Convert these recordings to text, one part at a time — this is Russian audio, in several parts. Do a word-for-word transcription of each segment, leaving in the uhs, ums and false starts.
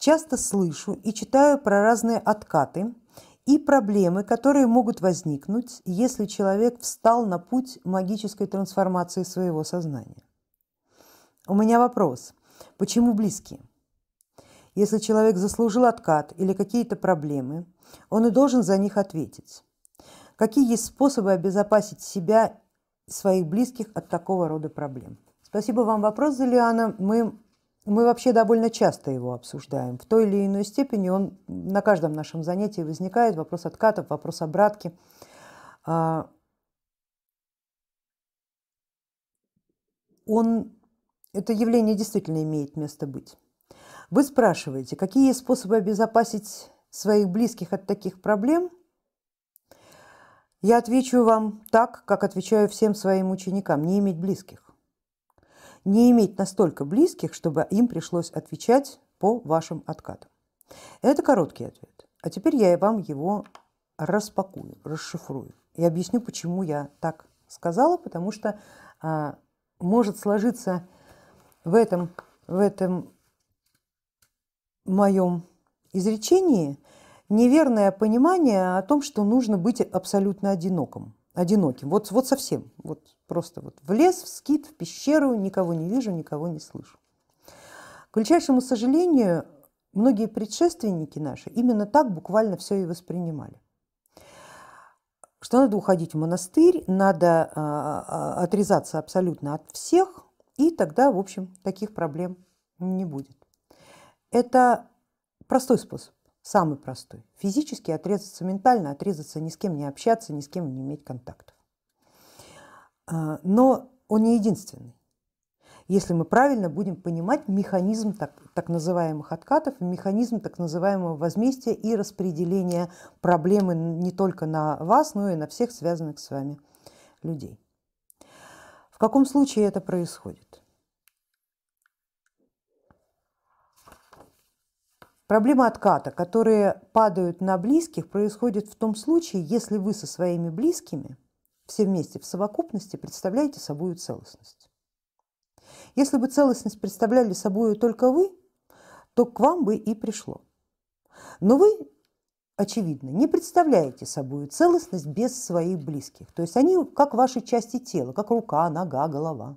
часто слышу и читаю про разные откаты и проблемы, которые могут возникнуть, если человек встал на путь магической трансформации своего сознания. У меня вопрос: почему близкие? Если человек заслужил откат или какие-то проблемы, он и должен за них ответить. Какие есть способы обезопасить себя и своих близких от такого рода проблем? Спасибо вам вопрос, Залиана. Мы, мы вообще довольно часто его обсуждаем. В той или иной степени он на каждом нашем занятии возникает. Вопрос откатов, вопрос обратки. Он, это явление действительно имеет место быть. Вы спрашиваете, какие есть способы обезопасить своих близких от таких проблем? Я отвечу вам так, как отвечаю всем своим ученикам: не иметь близких. Не иметь настолько близких, чтобы им пришлось отвечать по вашим откатам. Это короткий ответ. А теперь я вам его распакую, расшифрую и объясню, почему я так сказала, потому что а, может сложиться в этом, в этом моем изречении неверное понимание о том, что нужно быть абсолютно одиноким. одиноким. Вот, вот совсем. Вот просто вот в лес, в скит, в пещеру, никого не вижу, никого не слышу. К величайшему сожалению, многие предшественники наши именно так буквально все и воспринимали. Что надо уходить в монастырь, надо а, отрезаться абсолютно от всех, и тогда, в общем, таких проблем не будет. Это простой способ, самый простой. Физически отрезаться, ментально отрезаться, ни с кем не общаться, ни с кем не иметь контактов. Но он не единственный. Если мы правильно будем понимать механизм так, так называемых откатов, механизм так называемого возмездия и распределения проблемы не только на вас, но и на всех связанных с вами людей. В каком случае это происходит? Проблема отката, которые падают на близких, происходит в том случае, если вы со своими близкими все вместе в совокупности представляете собой целостность. Если бы целостность представляли собой только вы, то к вам бы и пришло. Но вы, очевидно, не представляете собой целостность без своих близких. То есть они как ваши части тела, как рука, нога, голова.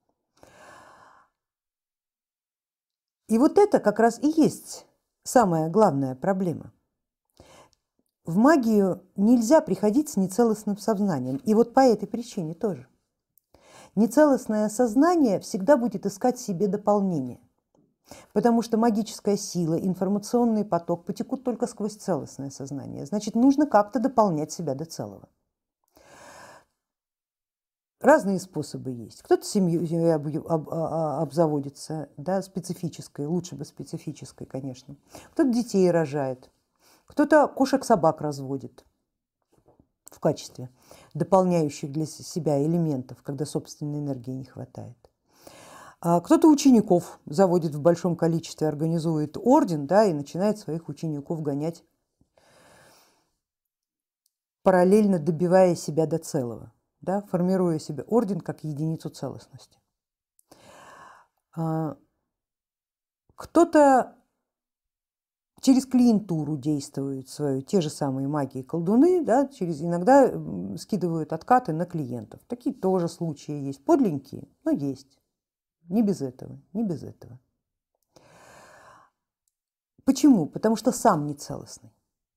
И вот это как раз и есть самая главная проблема. В магию нельзя приходить с нецелостным сознанием. И вот по этой причине тоже. Нецелостное сознание всегда будет искать себе дополнение, потому что магическая сила, информационный поток потекут только сквозь целостное сознание. Значит, нужно как-то дополнять себя до целого. Разные способы есть. Кто-то семьей обзаводится, да, специфической, лучше бы специфической, конечно. Кто-то детей рожает, кто-то кошек-собак разводит в качестве дополняющих для себя элементов, когда собственной энергии не хватает. Кто-то учеников заводит в большом количестве, организует орден, да, и начинает своих учеников гонять, параллельно добивая себя до целого, да, формируя себе орден как единицу целостности. Кто-то через клиентуру действуют свою, те же самые маги и колдуны, да, через, иногда скидывают откаты на клиентов. Такие тоже случаи есть, подленькие, но есть. Не без этого, не без этого. Почему? Потому что сам нецелостный.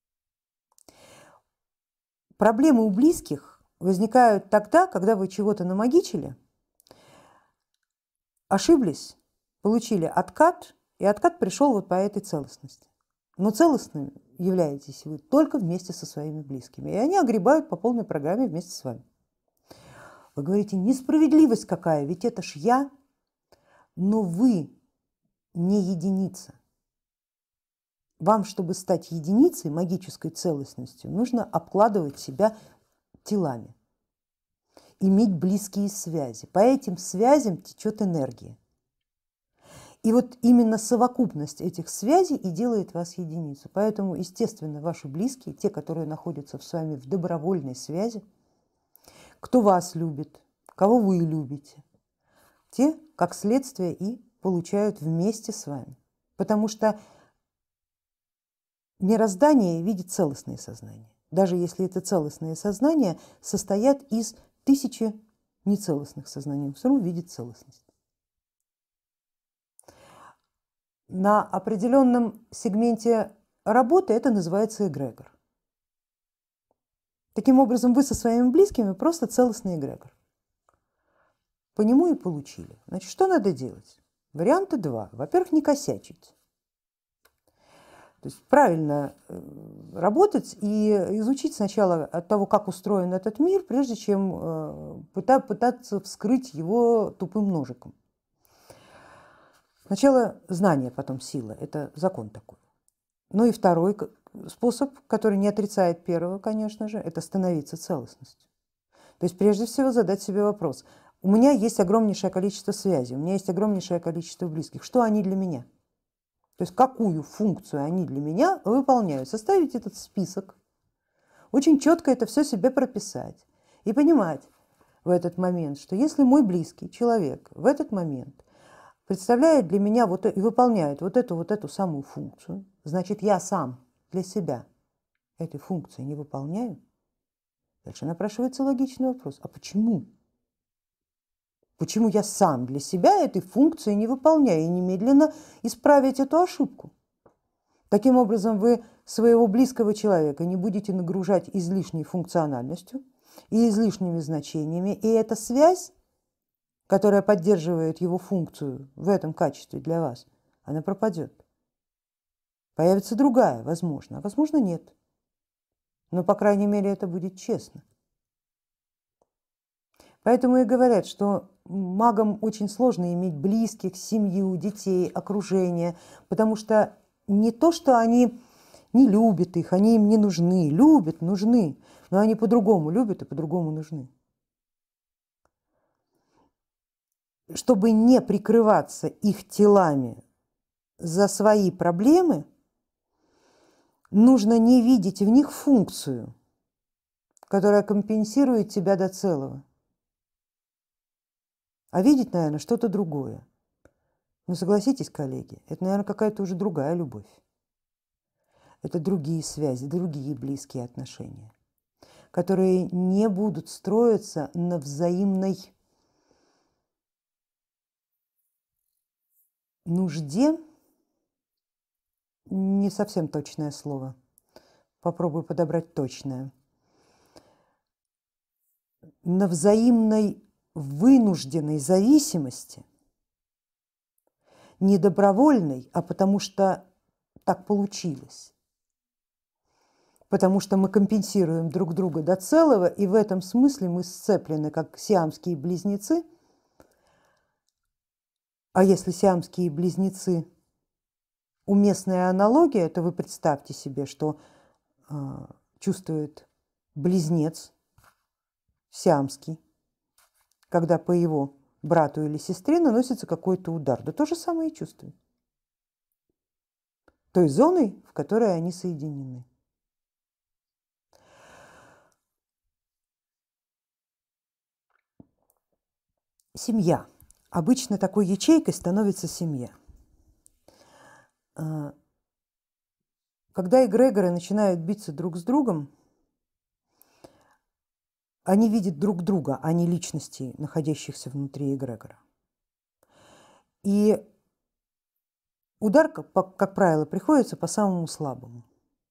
Проблемы у близких возникают тогда, когда вы чего-то намагичили, ошиблись, получили откат, и откат пришел вот по этой целостности. Но целостными являетесь вы только вместе со своими близкими. И они огребают по полной программе вместе с вами. Вы говорите: несправедливость какая, ведь это ж я. Но вы не единица. Вам, чтобы стать единицей, магической целостностью, нужно обкладывать себя телами, иметь близкие связи. По этим связям течет энергия. И вот именно совокупность этих связей и делает вас единицей. Поэтому, естественно, ваши близкие, те, которые находятся с вами в добровольной связи, кто вас любит, кого вы любите, те, как следствие, и получают вместе с вами. Потому что мироздание видит целостные сознания, даже если это целостные сознания состоят из тысячи нецелостных сознаний, он все равно видит целостность. На определенном сегменте работы это называется эгрегор. Таким образом, вы со своими близкими просто целостный эгрегор. По нему и получили. Значит, что надо делать? Варианты два. Во-первых, не косячить. То есть правильно работать и изучить сначала от того, как устроен этот мир, прежде чем пытаться вскрыть его тупым ножиком. Сначала знание, потом сила. Это закон такой. Ну и второй способ, который не отрицает первого, конечно же, это становиться целостностью. То есть прежде всего задать себе вопрос. У меня есть огромнейшее количество связей, у меня есть огромнейшее количество близких. Что они для меня? То есть какую функцию они для меня выполняют. Составить этот список, очень четко это все себе прописать и понимать в этот момент, что если мой близкий человек в этот момент представляет для меня вот и выполняет вот эту вот эту самую функцию, значит, я сам для себя этой функции не выполняю. Дальше напрашивается логичный вопрос. А почему? Почему я сам для себя этой функции не выполняю и немедленно исправить эту ошибку? Таким образом, вы своего близкого человека не будете нагружать излишней функциональностью и излишними значениями, и эта связь, которая поддерживает его функцию в этом качестве для вас, она пропадет. Появится другая, возможно, а возможно нет. Но, по крайней мере, это будет честно. Поэтому и говорят, что магам очень сложно иметь близких, семью, детей, окружение, потому что не то, что они не любят их, они им не нужны, любят, нужны, но они по-другому любят и по-другому нужны. Чтобы не прикрываться их телами за свои проблемы, нужно не видеть в них функцию, которая компенсирует тебя до целого, а видеть, наверное, что-то другое. Но согласитесь, коллеги, это, наверное, какая-то уже другая любовь. Это другие связи, другие близкие отношения, которые не будут строиться на взаимной нужде, не совсем точное слово, попробую подобрать точное, на взаимной вынужденной зависимости, не добровольной, а потому что так получилось. Потому что мы компенсируем друг друга до целого, и в этом смысле мы сцеплены, как сиамские близнецы. А если сиамские близнецы – уместная аналогия, то вы представьте себе, что э, чувствует близнец сиамский, когда по его брату или сестре наносится какой-то удар. Да то же самое и чувствует. Той зоной, в которой они соединены. Семья. Обычно такой ячейкой становится семья. Когда эгрегоры начинают биться друг с другом, они видят друг друга, а не личностей, находящихся внутри эгрегора. И удар, как, как правило, приходится по самому слабому.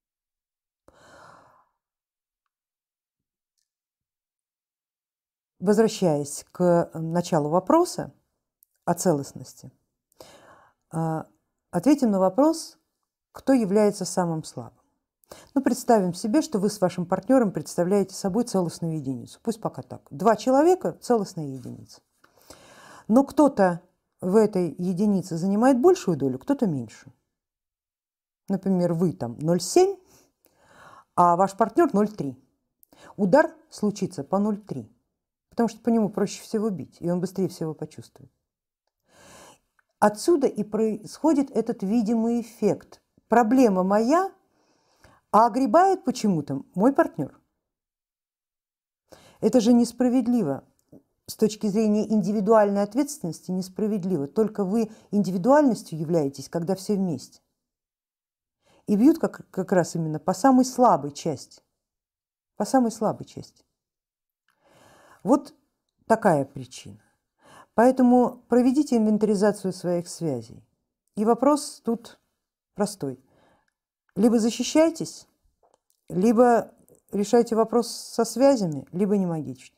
Возвращаясь к началу вопроса о целостности, ответим на вопрос, кто является самым слабым. Ну, представим себе, что вы с вашим партнером представляете собой целостную единицу. Пусть пока так. Два человека – целостная единица. Но кто-то в этой единице занимает большую долю, кто-то меньшую. Например, вы там ноль целых семь десятых, а ваш партнер ноль целых три десятых. Удар случится по ноль целых три десятых, потому что по нему проще всего бить, и он быстрее всего почувствует. Отсюда и происходит этот видимый эффект. Проблема моя, а огребает почему-то мой партнер. Это же несправедливо. С точки зрения индивидуальной ответственности несправедливо. Только вы индивидуальностью являетесь, когда все вместе. И бьют как, как раз именно по самой слабой части. По самой слабой части. Вот такая причина. Поэтому проведите инвентаризацию своих связей. И вопрос тут простой. Либо защищайтесь, либо решайте вопрос со связями, либо не магичьте.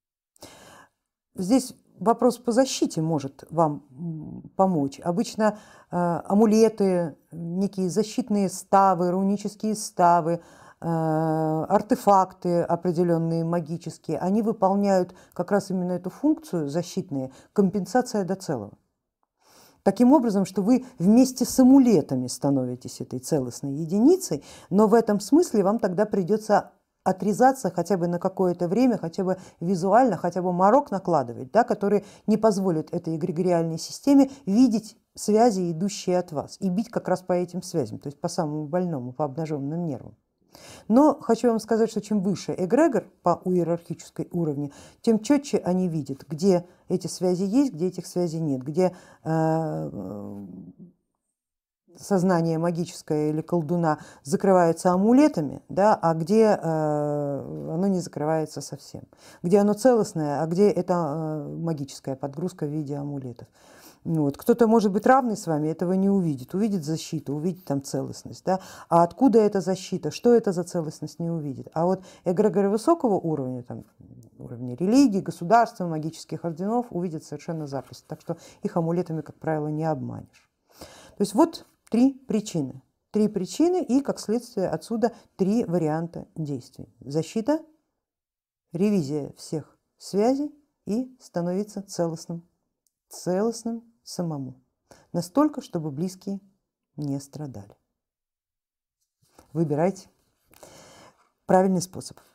Здесь вопрос по защите может вам помочь. Обычно э, амулеты, некие защитные ставы, рунические ставы, э, артефакты определенные магические, они выполняют как раз именно эту функцию защитные, компенсация до целого. Таким образом, что вы вместе с амулетами становитесь этой целостной единицей, но в этом смысле вам тогда придется отрезаться хотя бы на какое-то время, хотя бы визуально, хотя бы морок накладывать, да, который не позволит этой эгрегориальной системе видеть связи, идущие от вас, и бить как раз по этим связям, то есть по самому больному, по обнаженным нервам. Но хочу вам сказать, что чем выше эгрегор по иерархической уровне, тем четче они видят, где эти связи есть, где этих связей нет, где э, сознание магическое или колдуна закрывается амулетами, да, а где э, оно не закрывается совсем, где оно целостное, а где это э, магическая подгрузка в виде амулетов. Вот. Кто-то может быть равный с вами, этого не увидит, увидит защиту, увидит там целостность, да? А откуда эта защита, что это за целостность, не увидит. А вот эгрегоры высокого уровня, там, уровня религии, государства, магических орденов увидят совершенно запросто, так что их амулетами, как правило, не обманешь. То есть вот три причины, три причины и, как следствие отсюда, три варианта действий. Защита, ревизия всех связей и становиться целостным, целостным самому, настолько, чтобы близкие не страдали. Выбирайте правильный способ.